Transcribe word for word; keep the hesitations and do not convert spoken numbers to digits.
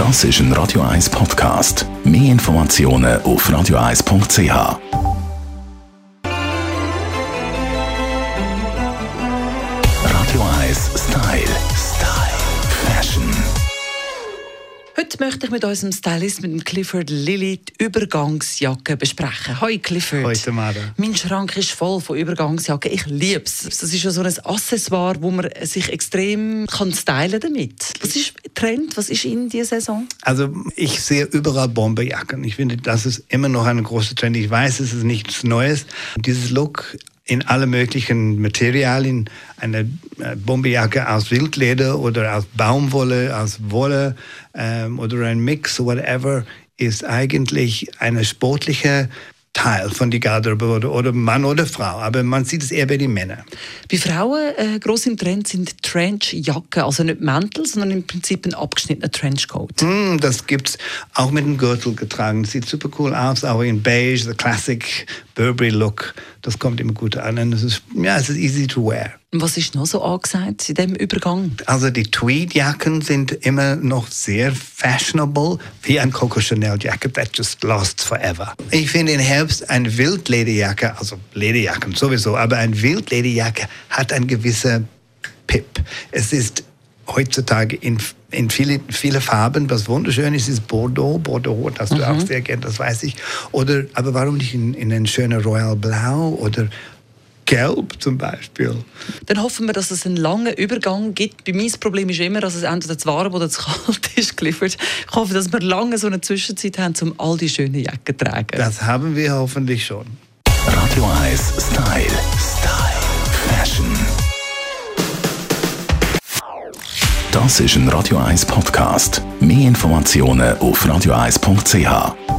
Das ist ein Radio eins Podcast. Mehr Informationen auf radio eins punkt c h. Radio eins Style. Style. Fashion. Heute möchte ich mit unserem Stylist, mit dem Clifford Lilly, die Übergangsjacke besprechen. Hoi Clifford. Hoi Tamara. Mein Schrank ist voll von Übergangsjacken. Ich liebe es. Das ist ja so ein Accessoire, wo man sich extrem kann stylen damit. Was ist Trend? Was ist in dieser Saison? Also ich sehe überall Bomberjacken. Ich finde, das ist immer noch eine große Trend. Ich weiß, es ist nichts Neues. Dieses Look in alle möglichen Materialien, eine Bomberjacke aus Wildleder oder aus Baumwolle, aus Wolle ähm, oder ein Mix, whatever, ist eigentlich eine sportliche Teil von der Garderobe oder, oder Mann oder Frau. Aber man sieht es eher bei den Männern. Bei Frauen äh, gross im Trend sind Trenchjacken, also nicht Mäntel, sondern im Prinzip ein abgeschnittener Trenchcoat. Mm, das gibt's auch mit dem Gürtel getragen. Sieht super cool aus, auch in beige, the classic Burberry Look. Das kommt immer gut an und es ist, ja, es ist easy to wear. Was ist noch so angesagt in diesem Übergang? Also die Tweed-Jacken sind immer noch sehr fashionable, wie ein Coco Chanel Jacket that just lasts forever. Ich finde im Herbst eine Wildlederjacke, also Lederjacken sowieso, aber eine Wildlederjacke hat einen gewissen Pip. Es ist heutzutage in, in viele, viele Farben, was wunderschön ist, ist Bordeaux, Bordeaux, das du mhm. auch sehr gerne, das weiß ich. Oder, aber warum nicht in, in ein schöner Royal Blau oder Gelb zum Beispiel. Dann hoffen wir, dass es einen langen Übergang gibt. Bei mir das Problem ist immer, dass es entweder zu warm oder zu kalt ist, Clifford. Ich hoffe, dass wir lange so eine Zwischenzeit haben, um all die schönen Jacken zu tragen. Das haben wir hoffentlich schon. Radio eins Style. Style. Fashion. Das ist ein Radio eins Podcast. Mehr Informationen auf radio eins punkt c h.